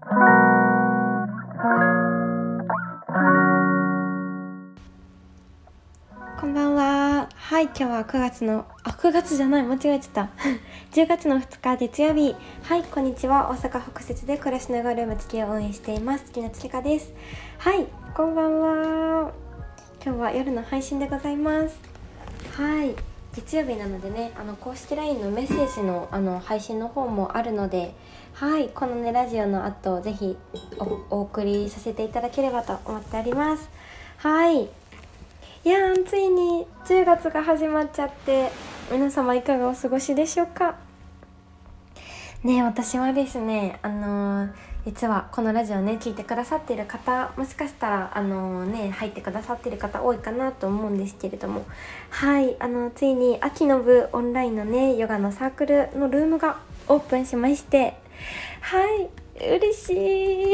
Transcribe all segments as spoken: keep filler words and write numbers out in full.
こんばんは。はい、今日はくがつのあくがつじゃない間違えちゃったじゅうがつのふつか月曜日。はい、こんにちは。大阪北節で暮らしながらルーム月を運営しています月のつりかです。はい、こんばんは。今日は夜の配信でございます。はい、月曜日なのでね、あの公式 ライン のメッセージのあの配信の方もあるので、はい、このねラジオの後ぜひ お, お送りさせていただければと思っております。はい、いやーついにじゅうがつが始まっちゃって、皆様いかがお過ごしでしょうかね。私はですね、あのー、実はこのラジオね聞いてくださっている方、もしかしたらあのー、ね入ってくださっている方多いかなと思うんですけれども、はいあのついに秋の部オンラインのねヨガのサークルのルームがオープンしまして、はい嬉しい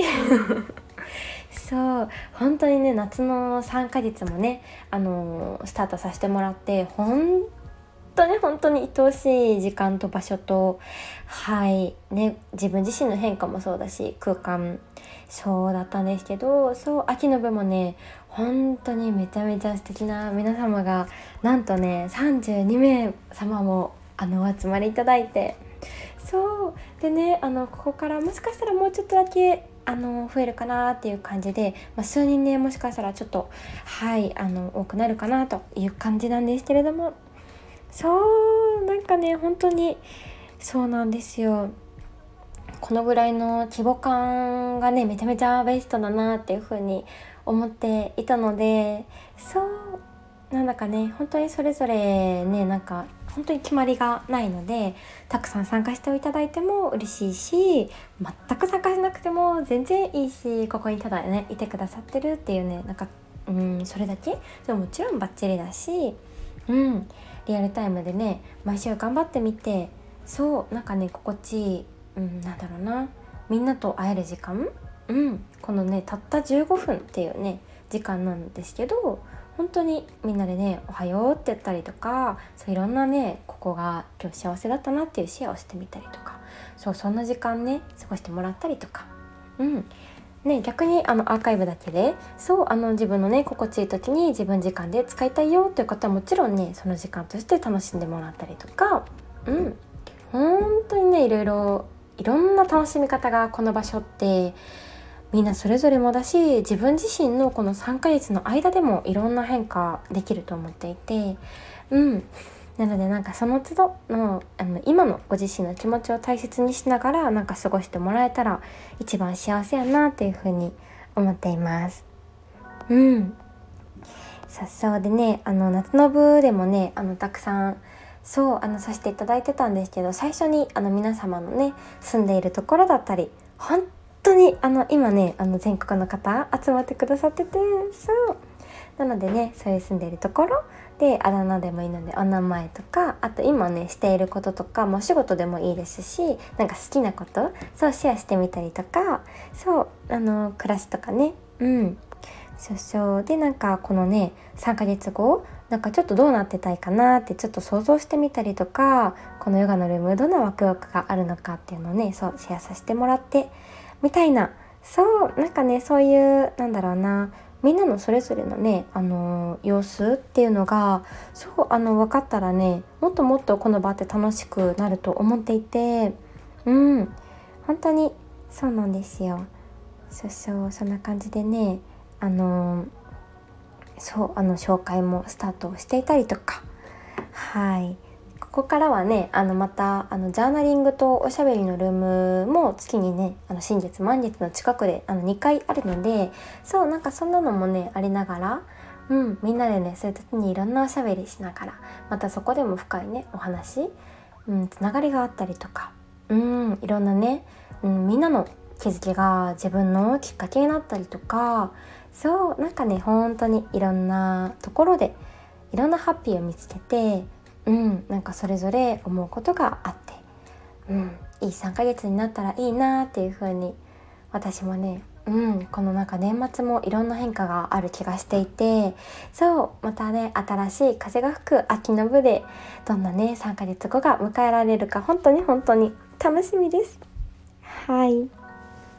そう本当にね、夏のさんかげつもねあのー、スタートさせてもらって、本当に本当に愛おしい時間と場所と、はいね、自分自身の変化もそうだし空間そうだったんですけど、そう秋の部もね本当にめちゃめちゃ素敵な皆様がなんとねさんじゅうにめい様もあのお集まりいただいて、そうでね、あのここからもしかしたらもうちょっとだけあの増えるかなっていう感じで、まあ、数人ねもしかしたらちょっとはいあの多くなるかなという感じなんですけれども、そうなんかね本当にそうなんですよ。このぐらいの規模感がねめちゃめちゃベストだなっていう風に思っていたので、そうなんだかね本当にそれぞれねなんか本当に決まりがないので、たくさん参加していただいても嬉しいし、全く参加しなくても全然いいし、ここにただねいてくださってるっていうねなんかうんそれだけでももちろんバッチリだし、うんリアルタイムでね毎週頑張ってみて、そうなんかね心地いい、うん、なんだろうな、みんなと会える時間、うん、このねたったじゅうごふんっていうね時間なんですけど、本当にみんなでねおはようって言ったりとか、そういろんなねここが今日幸せだったなっていうシェアをしてみたりとか、そうそんな時間ね過ごしてもらったりとか、うんね、逆にあのアーカイブだけでそうあの自分のね心地いい時に自分時間で使いたいよという方はもちろんねその時間として楽しんでもらったりとか、うん本当にねいろいろいろんな楽しみ方がこの場所ってみんなそれぞれもだし、自分自身のこのさんかげつの間でもいろんな変化できると思っていて、うんなのでなんかその都度の、あの今のご自身の気持ちを大切にしながらなんか過ごしてもらえたら一番幸せやなっていうふうに思っています。うんさそうでね、あの夏の部でもねあのたくさんそうあのさせていただいてたんですけど、最初にあの皆様のね住んでいるところだったり、本当にあの今ねあの全国の方集まってくださってて、そうなのでねそういう住んでいるところであだ名でもいいのでお名前とか、あと今ねしていることとかもお仕事でもいいですし、なんか好きなことそうシェアしてみたりとか、そうあの暮らしとかね、うんそうそうでなんかこのねさんかげつごなんかちょっとどうなってたいかなってちょっと想像してみたりとか、このヨガのルームどんなワクワクがあるのかっていうのをねそうシェアさせてもらってみたいな、そうなんかねそういうなんだろうな、みんなのそれぞれのね、あのー、様子っていうのがそうあの分かったらねもっともっとこの場って楽しくなると思っていて、うん本当にそうなんですよ。そうそうそんな感じでねあのー、そうあの紹介もスタートしていたりとか、はいここからはねあのまたあのジャーナリングとおしゃべりのルームも月にねあの新月満月の近くであのにかいあるので、そうなんかそんなのもねありながら、うんみんなでねそういう時にいろんなおしゃべりしながら、またそこでも深いねお話、うん、つながりがあったりとか、うんいろんなね、うん、みんなの気づきが自分のきっかけになったりとか、そうなんかね本当にいろんなところでいろんなハッピーを見つけて、うんなんかそれぞれ思うことがあって、うんいいさんかげつになったらいいなっていう風に私もね、うんこのなんか年末もいろんな変化がある気がしていて、そうまたね新しい風が吹く秋の部でどんなねさんかげつごが迎えられるか本当に本当に楽しみです。はい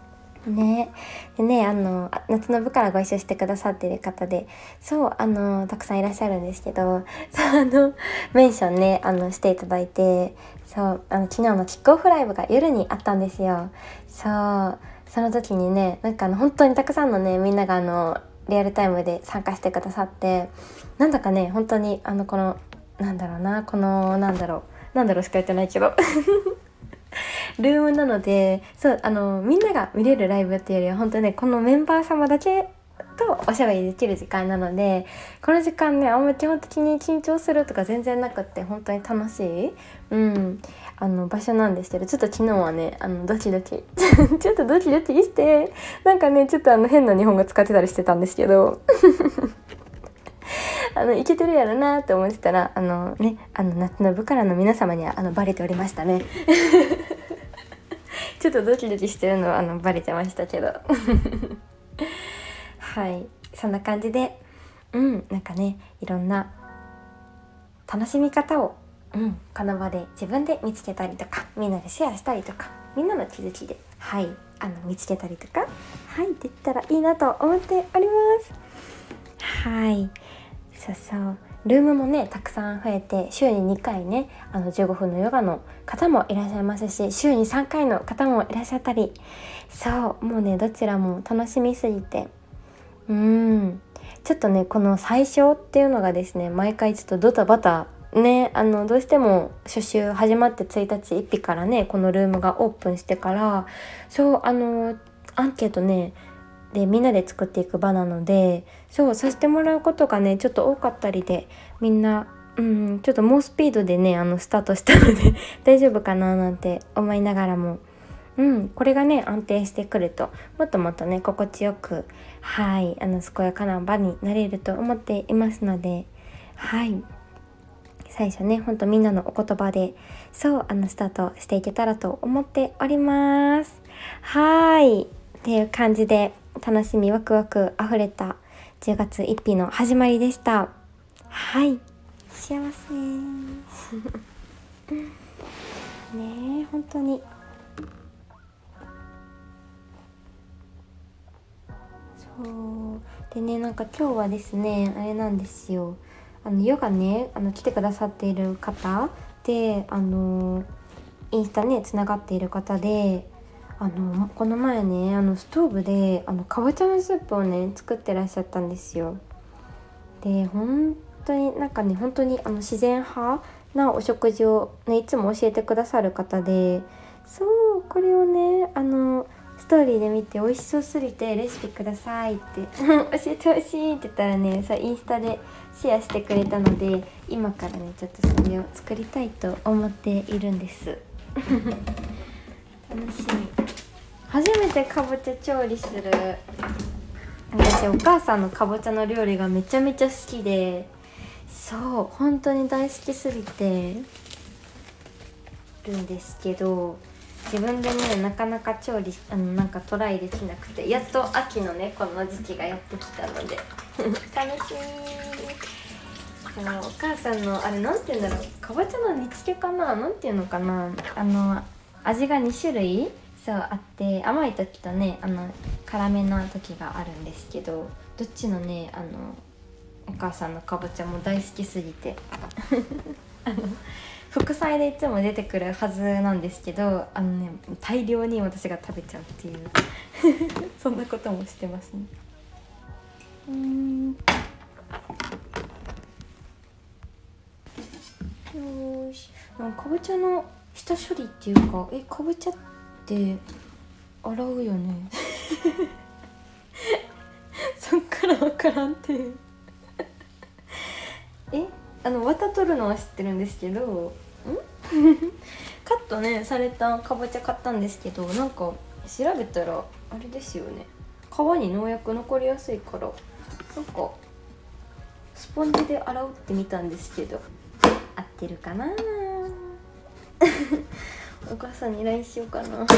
ねでねあの夏の部からご一緒してくださっている方で、そうあのたくさんいらっしゃるんですけど、そうあのメンションねあのしていただいて、そうあの昨日のキックオフライブが夜にあったんですよ。そうその時にねなんかあの本当にたくさんのねみんながあのリアルタイムで参加してくださって、なんだかね本当にあのこのなんだろうなこのなんだろうなんだろうしか言ってないけどルームなので、そうあのみんなが見れるライブっていうよりは本当ねこのメンバー様だけとおしゃべりできる時間なので、この時間ねあんま基本的に緊張するとか全然なくって本当に楽しい、うん、あの場所なんですけど、ちょっと昨日はねあのドキドキちょっとドキドキしてなんかねちょっとあの変な日本語使ってたりしてたんですけどあのいけてるやろなって思ってたらあのねあの夏の部からの皆様にはあのバレておりましたねちょっとドキドキしてるのはあのバレてましたけどはいそんな感じでうんなんかねいろんな楽しみ方を、うん、この場で自分で見つけたりとかみんなでシェアしたりとかみんなの気づきではいあの見つけたりとかはいできたらいいなと思っております。はいそうそうルームもねたくさん増えて週ににかいねあのじゅうごふんのヨガの方もいらっしゃいますし、週にさんかいの方もいらっしゃったり、そうもうねどちらも楽しみすぎてうーんちょっとねこの最初っていうのがですね毎回ちょっとドタバタねあのどうしても初週始まってついたちついたちからねこのルームがオープンしてからそうあのアンケートねでみんなで作っていく場なので、そうさせてもらうことがねちょっと多かったりで、みんなうんちょっと猛スピードでねあのスタートしたので大丈夫かななんて思いながらも、うんこれがね安定してくるともっともっとね心地よくはいあの健やかな場になれると思っていますので、はい最初ねほんとみんなのお言葉でそうあのスタートしていけたらと思っております。はいっていう感じで楽しみワクワクあふれたじゅうがつついたちの始まりでした。はい幸せねえ本当にそうでねなんか今日はですねあれなんですよ、あのヨガねあの来てくださっている方であのインスタねつながっている方で、あのこの前ねあのストーブであのかぼちゃのスープをね作ってらっしゃったんですよ。で本当になんかね本当にあの自然派なお食事を、ね、いつも教えてくださる方で、そうこれをねあのストーリーで見て美味しそうすぎてレシピくださいって教えてほしいって言ったらねさインスタでシェアしてくれたので、今からねちょっとそれを作りたいと思っているんです楽しみ。初めてかぼちゃ調理する。私お母さんのかぼちゃの料理がめちゃめちゃ好きで、そう本当に大好きすぎてるんですけど、自分でねなかなか調理あのなんかトライできなくて、やっと秋のねこの時期がやってきたので楽しみ。お母さんのあれなんて言うんだろう、かぼちゃの煮付けかな、なんていうのかな、あの味がにしゅるいそうあって、甘い時とねあの辛めな時があるんですけど、どっちのねあのお母さんのかぼちゃも大好きすぎてあの副菜でいつも出てくるはずなんですけど、あのね大量に私が食べちゃうっていうそんなこともしてますね。うーんよし、かぼちゃの下処理っていうか、えかぼちゃって洗うよねそっから分からんっていうえあの綿取るのは知ってるんですけど、んカットねされたかぼちゃ買ったんですけど、なんか調べたらあれですよね、皮に農薬残りやすいから、なんかスポンジで洗うってみたんですけど合ってるかなお母さんに ライン しようかなよし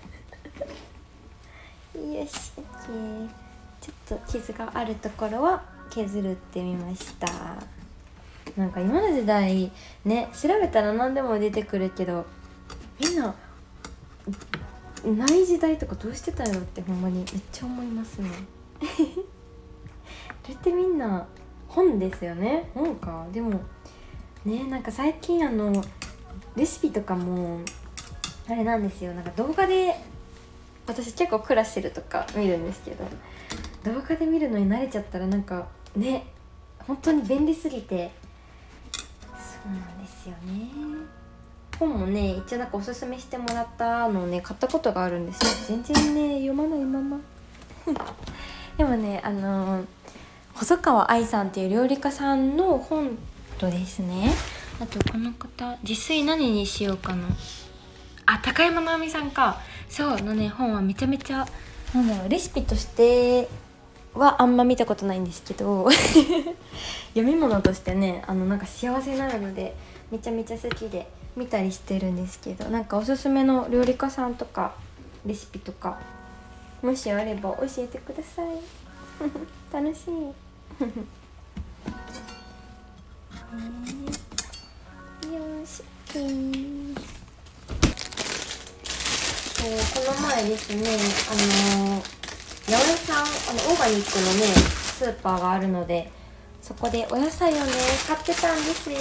OK、 ちょっと傷があるところは削るってみました。なんか今の時代ね調べたら何でも出てくるけど、みんなない時代とかどうしてたんやろってほんまにめっちゃ思いますねそれってみんな本ですよね。本か。でもね、なんか最近あのレシピとかもあれなんですよ、なんか動画で、私結構クラシルとか見るんですけど、動画で見るのに慣れちゃったらなんかね、本当に便利すぎて、そうなんですよね。本もね、一応なんかおすすめしてもらったのをね買ったことがあるんですよ。全然ね読まないままでもね、あのー、細川愛さんっていう料理家さんの本とですね、あとこの方、自炊何にしようかな、あ、高山直美さんか、そうのね本はめちゃめちゃ、なんだろう、レシピとしてはあんま見たことないんですけど読み物としてね、あのなんか幸せになるのでめちゃめちゃ好きで見たりしてるんですけど、なんかおすすめの料理家さんとかレシピとかもしあれば教えてください楽しいよし、そうこの前ですね、あの八百屋さん、あのオーガニックのねスーパーがあるので、そこでお野菜をね買ってたんですよ。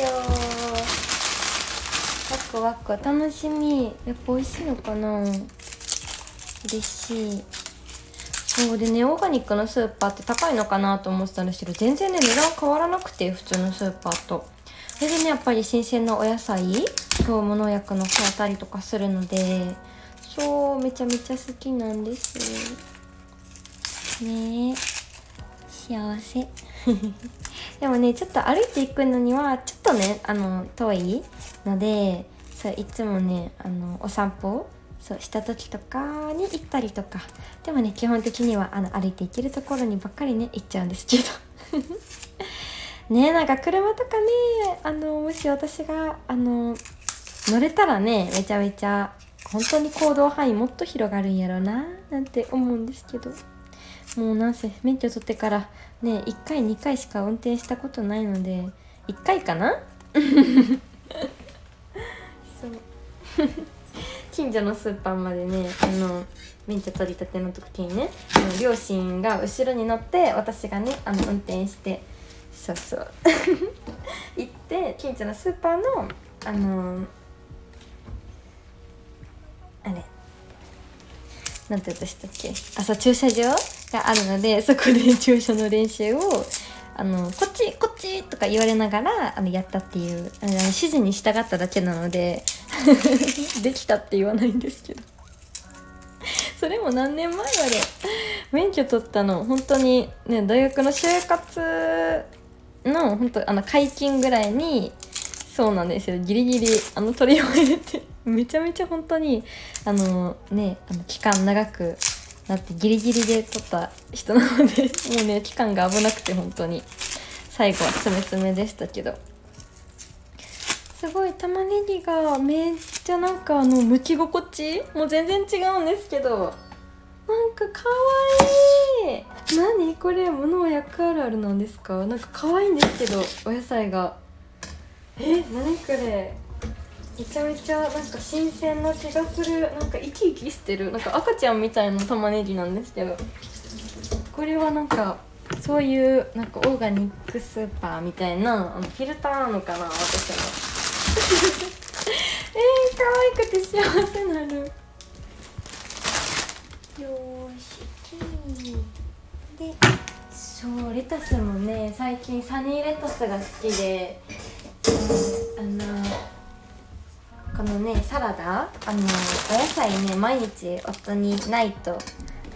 ワクワク、楽しみ。やっぱ美味しいのかな、嬉しい。そうでね、オーガニックのスーパーって高いのかなと思ってたんですけど、全然ね値段変わらなくて、普通のスーパーと。それでね、やっぱり新鮮なお野菜、そう無農薬の買えたりとかするので、そうめちゃめちゃ好きなんですね。え幸せでもね、ちょっと歩いていくのにはちょっとね、あの遠いので、そういつもね、あのお散歩そうした時とかに行ったりとか、でもね基本的にはあの歩いて行けるところにばっかりね行っちゃうんですけどね、なんか車とかね、あのもし私があの乗れたらね、めちゃめちゃ本当に行動範囲もっと広がるんやろうななんて思うんですけど、もうなんせ免許取ってからねいっかいにかいしか運転したことないので、いっかいかなそう近所のスーパーまでね、あの免許取り立ての時にね、あの両親が後ろに乗って私がねあの運転して、そうそう行って近所のスーパーのあのあれなんて言ったしたっけ、朝駐車場があるので、そこで駐車の練習をあのこっちこっちとか言われながらあのやったっていう、あの指示に従っただけなのでできたって言わないんですけどそれも何年前まで免許取ったの、本当にね大学の就活の本当あの解禁ぐらいに、そうなんですよ、ギリギリあの取り終えてめちゃめちゃ本当にあのねあの期間長くなってギリギリで取った人なのでもうね期間が危なくて本当に最後は詰め詰めでしたけど、すごい玉ねぎがめっちゃなんかあの剥き心地もう全然違うんですけど、なんかかわいい。何これ、無農薬あるあるなんですか？なんかかわいいんですけどお野菜が、え、何これ、めちゃめちゃなんか新鮮な気がする。なんか生き生きしてる、なんか赤ちゃんみたいな玉ねぎなんですけど、これはなんかそういうなんかオーガニックスーパーみたいなあのフィルターなのかな、私のえー、可愛くて幸せなる。よーし、で、そうレタスもね最近サニーレタスが好きで、あのこのねサラダ、あのお野菜ね毎日夫にないとあの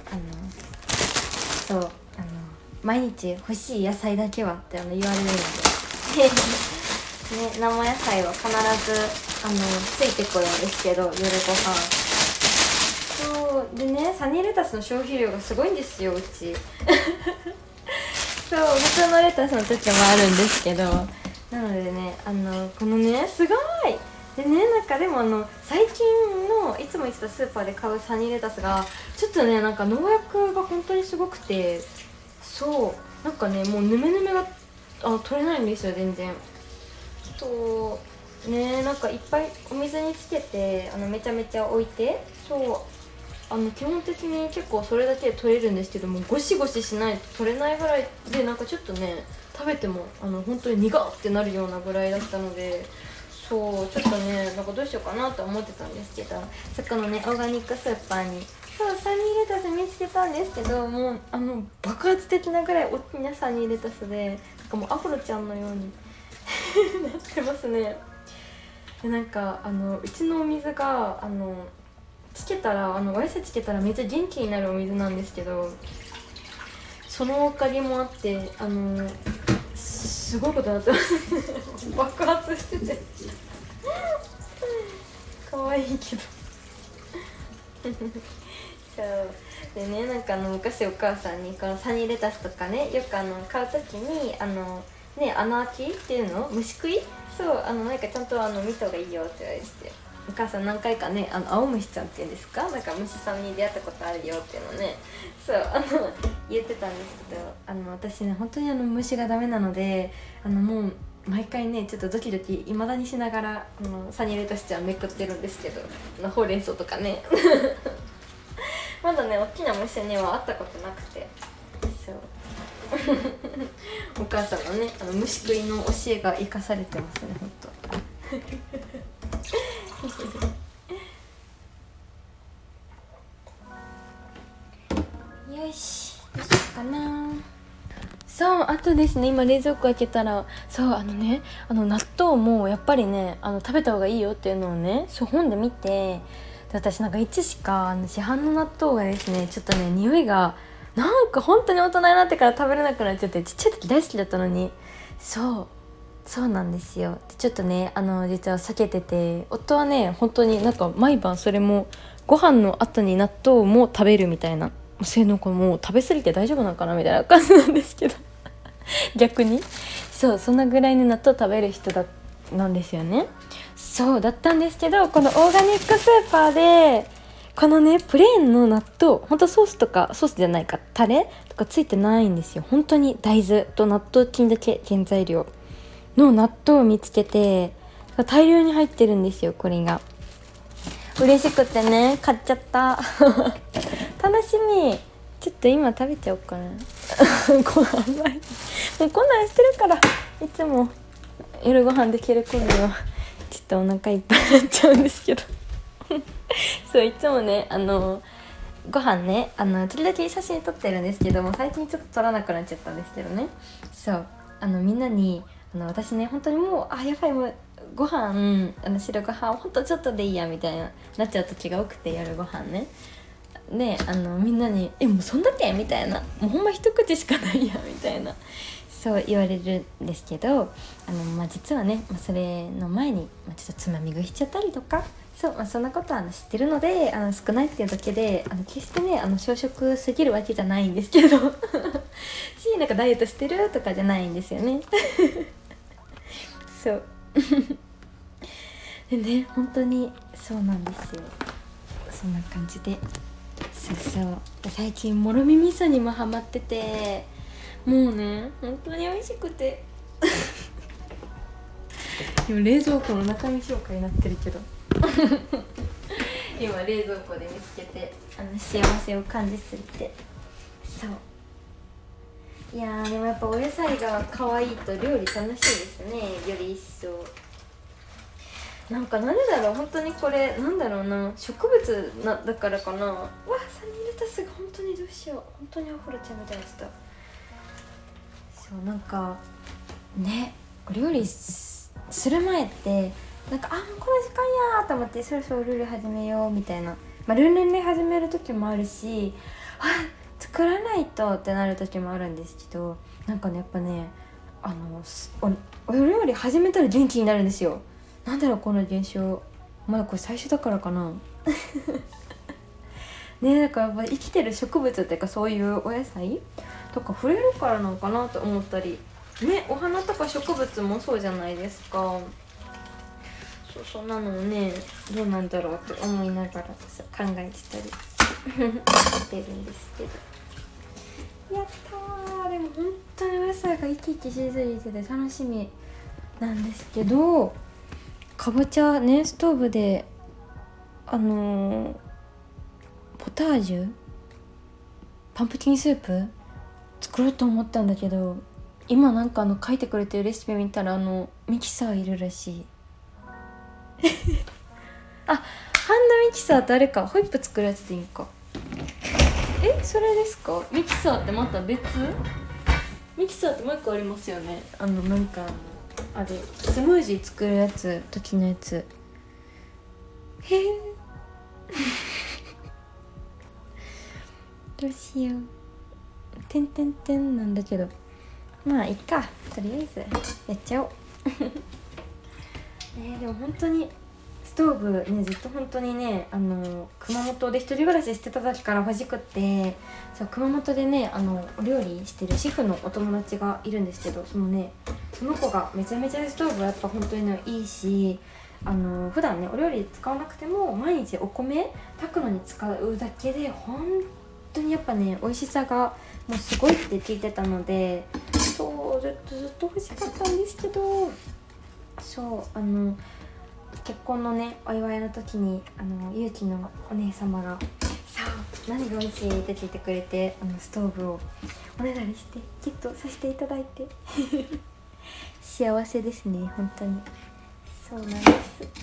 そうあの毎日欲しい野菜だけはってあの言われるのでね、生野菜は必ずあのついてくるんですけど、夜ご飯そうでね、サニーレタスの消費量がすごいんですようちそう普通のレタスの時もあるんですけど、なのでね、あのこのねすごいでね、なんかでもあの最近のいつも行ってたスーパーで買うサニーレタスがちょっとねなんか農薬が本当にすごくて、そうなんかねもうヌメヌメがあの取れないんですよ全然。そうね、なんかいっぱいお水につけてあのめちゃめちゃ置いて、そうあの基本的に結構それだけで取れるんですけども、ゴシゴシしないと取れないぐらいで、なんかちょっとね食べてもあの本当に苦ってなるようなぐらいだったので、そうちょっとねなんかどうしようかなと思ってたんですけど、そこのねオーガニックスーパーにそうサニーレタス見つけたんですけど、もうあの爆発的なぐらい大きなサニーレタスで、なんかもうアフロちゃんのようになってますね。でなんかあのうちのお水があのつけたらあのお野菜つけたらめっちゃ元気になるお水なんですけど、そのおかげもあってあのすごいことになってます爆発してて可愛いけどそうでね、なんかあの昔お母さんにこのサニーレタスとかねよくあの買うときにあのね穴開きっていうの虫食い、そうあのなんかちゃんとあの見た方がいいよって言われてて、お母さん何回かねあの青虫ちゃんっていうんですか、なんか虫さんに出会ったことあるよっていうのね、そうあの言ってたんですけど、あの私ね本当にあの虫がダメなので、あのもう毎回ねちょっとドキドキ未だにしながらあのサニーレタスちゃんめくってるんですけど、あのほうれん草とかねまだね大きな虫には会ったことなくて、そうお母さんのねあの虫食いの教えが生かされてますね本当よしどうしようかな。そうあとですね、今冷蔵庫開けたらそうあのねあの納豆もやっぱりねあの食べた方がいいよっていうのをねそう本で見て、で私なんかいつしかあの市販の納豆がですねちょっとね匂いがなんか本当に大人になってから食べれなくなっちゃって、ちっちゃい時大好きだったのに、そうそうなんですよ。でちょっとねあの実は避けてて、夫はね本当になんか毎晩それもご飯の後に納豆も食べるみたいな、性能ももう食べ過ぎて大丈夫なのかなみたいな感じなんですけど逆にそうそんなぐらいに納豆食べる人だなんですよね。そうだったんですけど、このオーガニックスーパーでこのねプレーンの納豆、ほんとソースとかソースじゃないかタレとかついてないんですよ。本当に大豆と納豆菌だけ原材料の納豆を見つけて、大量に入ってるんですよ。これが嬉しくてね買っちゃった楽しみ。ちょっと今食べちゃおうかなご飯前にもうこんなんしてるから、いつも夜ご飯できる頃にはちょっとお腹いっぱいになっちゃうんですけどそういつもねあのご飯ねあの時々写真撮ってるんですけども、最近ちょっと撮らなくなっちゃったんですけどね、そうあのみんなにあの私ね本当にもうあやばいもうご飯あの白ご飯ほんとちょっとでいいやみたいななっちゃう時が多くて、夜ご飯ねであのみんなにえもうそんだけみたいな、もうほんま一口しかないやみたいなそう言われるんですけど、あの、まあ、実はね、まあ、それの前に、まあ、ちょっとつまみ食いしちゃったりとか、そう、まあ、そんなことはあの知ってるのであの少ないっていうだけであの決してねあの小食すぎるわけじゃないんですけどしなんかダイエットしてるとかじゃないんですよねそうでね本当にそうなんですよ。そんな感じでそうそう最近もろみ味噌にもハマってて、もうね本当に美味しくて今冷蔵庫の中身紹介になってるけど今冷蔵庫で見つけてあの幸せを感じすぎて、そういやーでもやっぱお野菜が可愛いと料理楽しいですね、より一層。なんかなんでだろう、本当にこれなんだろうな、植物なだからかな。わサニーレタスが本当にどうしよう、本当にアフロちゃんみたいな人。そうなんかね料理する前ってなんかあもうこの時間やーと思ってそろそろ料理始めようみたいな、まあルンルンで始める時もあるし、あ作らないとってなる時もあるんですけど、なんかねやっぱねあのお, お料理始めたら元気になるんですよ。なんだろうこの現象、まだこれ最初だからかなね、だからやっぱ生きてる植物っていうかそういうお野菜とか触れるからなのかなと思ったりね、お花とか植物もそうじゃないですか。そうそんなのをねどうなんだろうって思いながら考えてたりしてるんですけど、やったー。でも本当にお野菜が生き生きしすぎてて楽しみなんですけど、かぼちゃねストーブであのー、 ポタージュパンプキンスープ作ろうと思ったんだけど、今なんかあの書いてくれてるレシピ見たらあのミキサーいるらしいあ、ハンドミキサーとあれか、ホイップ作るやつでいいか。え、それですか？ミキサーってまた別？ミキサーってもう一個ありますよね。あのなんかあれスムージー作るやつ時のやつ。へえどうしよう。てんてんてんなんだけど、まあいっか、とりあえずやっちゃおうえー、でも本当にストーブね、ずっと本当にね、あの熊本で一人暮らししてた時から欲しくって、そう熊本でね、あのお料理してる主婦のお友達がいるんですけど、そのねその子がめちゃめちゃストーブはやっぱ本当にねいいし、あの普段ねお料理使わなくても毎日お米炊くのに使うだけで本当にやっぱね美味しさがもうすごいって聞いてたので、そうずっとずっと欲しかったんですけど、そうあの結婚のねお祝いの時にあのゆうきのお姉様がさあ何が美味しいって聞いてくれて、あのストーブをおねだりしてキットさせていただいて幸せですね本当に。そうなんです。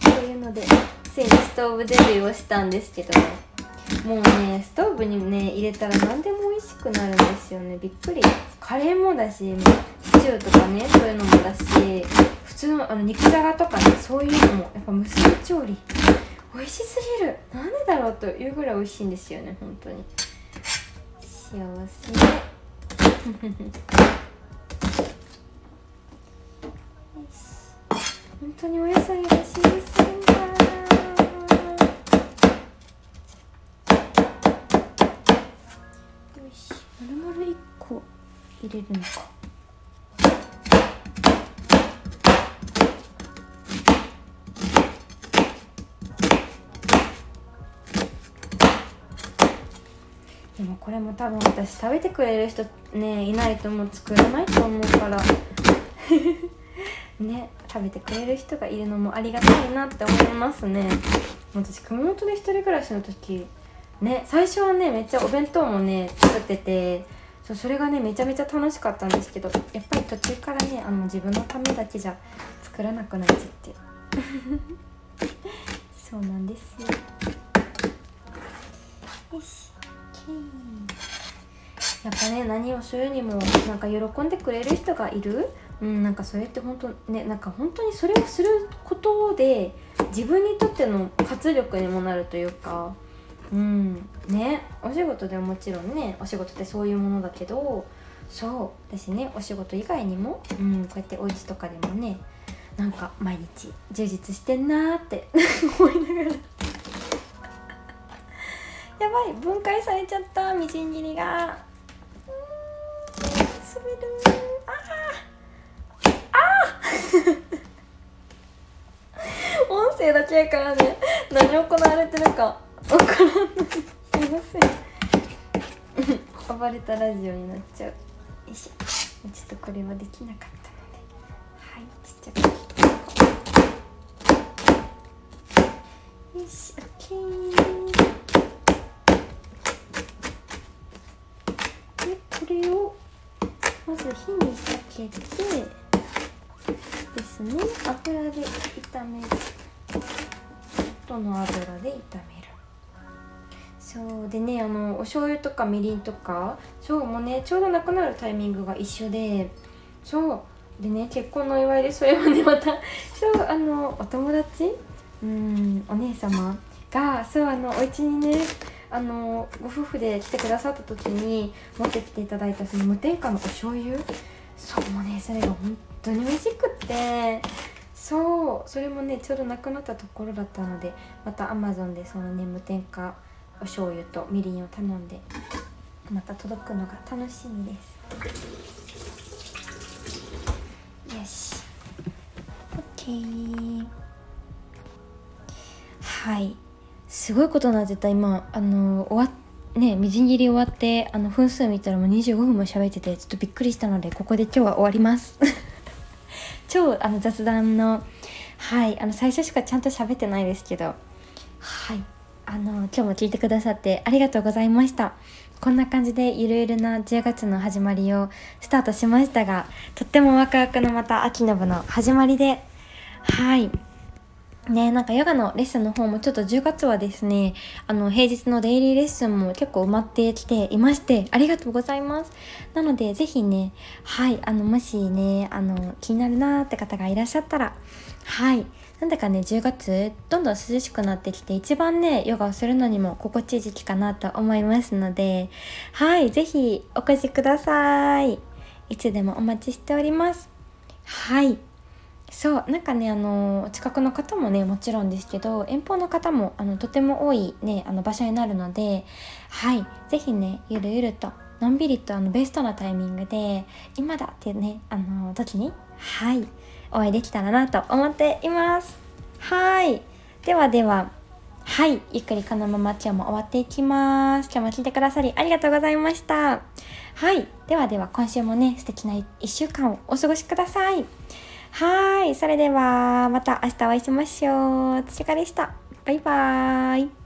というのでついにストーブデビューをしたんですけど、もうねストーブにね入れたら何でも美味しくなるんですよね。びっくり。カレーもだし、シチューとかねそういうのもだし、普通のあの肉じゃがとかねそういうのもやっぱ無水調理美味しすぎる。なんでだろうというぐらい美味しいんですよね本当に。幸せ本当にお野菜が新鮮だ。よし、丸々いっこ入れるのか。でもこれも多分私食べてくれる人ねいないともう作らないと思うからね、食べてくれる人がいるのもありがたいなって思いますね。私熊本で一人暮らしの時ね、最初はねめっちゃお弁当もね作ってて、そうそれがねめちゃめちゃ楽しかったんですけど、やっぱり途中からねあの自分のためだけじゃ作らなくなっちゃってそうなんですよ。よし、やっぱね何をするにもなんか喜んでくれる人がいる、うん、なんかそれって本当ね、なんか本当にそれをすることで自分にとっての活力にもなるというか、うんね、お仕事ではもちろんねお仕事ってそういうものだけど、そう私ねお仕事以外にも、うん、こうやってお家とかでもねなんか毎日充実してんなーって思いながらやばい、分解されちゃった、みじん切りが。うーん、滑る。あーあー音声だけやからね何行われてるか分からんのすいません暴れたラジオになっちゃう。よいしょ、ちょっとこれはできなかったので、はい、ちっちゃく切ってよし、オッケー。これをまず火にかけてですね、油で炒める。どの油で炒める。そうでね、あのお醤油とかみりんとかそうもうねちょうどなくなるタイミングが一緒で、そうでね結婚のお祝いでそれはねまたそうあのお友達うんお姉様がそうあのお家にねあのご夫婦で来てくださった時に持ってきていただいたその無添加のお醤油、そうもうねそれが本当に美味しくって、そうそれもねちょうどなくなったところだったので、また Amazon でそのね無添加お醤油とみりんを頼んでまた届くのが楽しみです。よし OK。 はい、すごいことになってた。今あの終わっねみじん切り終わってあの分数見たらもうにじゅうごふんも喋っててちょっとびっくりしたので、ここで今日は終わります超あの雑談のはいあの最初しかちゃんと喋ってないですけど、はいあの今日も聞いてくださってありがとうございました。こんな感じでゆるゆるなじゅうがつの始まりをスタートしましたが、とってもワクワクのまた秋の部の始まりで、はいね、なんかヨガのレッスンの方もちょっとじゅうがつはですね、あの平日のデイリーレッスンも結構埋まってきていまして、ありがとうございます。なのでぜひね、はいあのもしねあの気になるなーって方がいらっしゃったら、はいなんだかねじゅうがつどんどん涼しくなってきて、一番ねヨガをするのにも心地いい時期かなと思いますので、はいぜひお越しください。いつでもお待ちしております。はいそうなんかねあの近くの方もねもちろんですけど、遠方の方もあのとても多いねあの場所になるので、はいぜひねゆるゆるとのんびりとあのベストなタイミングで今だっていうねあの時にはいお会いできたらなと思っています。はいではでは、はいゆっくりこのまま今日も終わっていきます。今日も聞いてくださりありがとうございました。はいではでは今週もね素敵ないっしゅうかんをお過ごしください。はいそれではまた明日お会いしましょう。つちかでした。バイバーイ。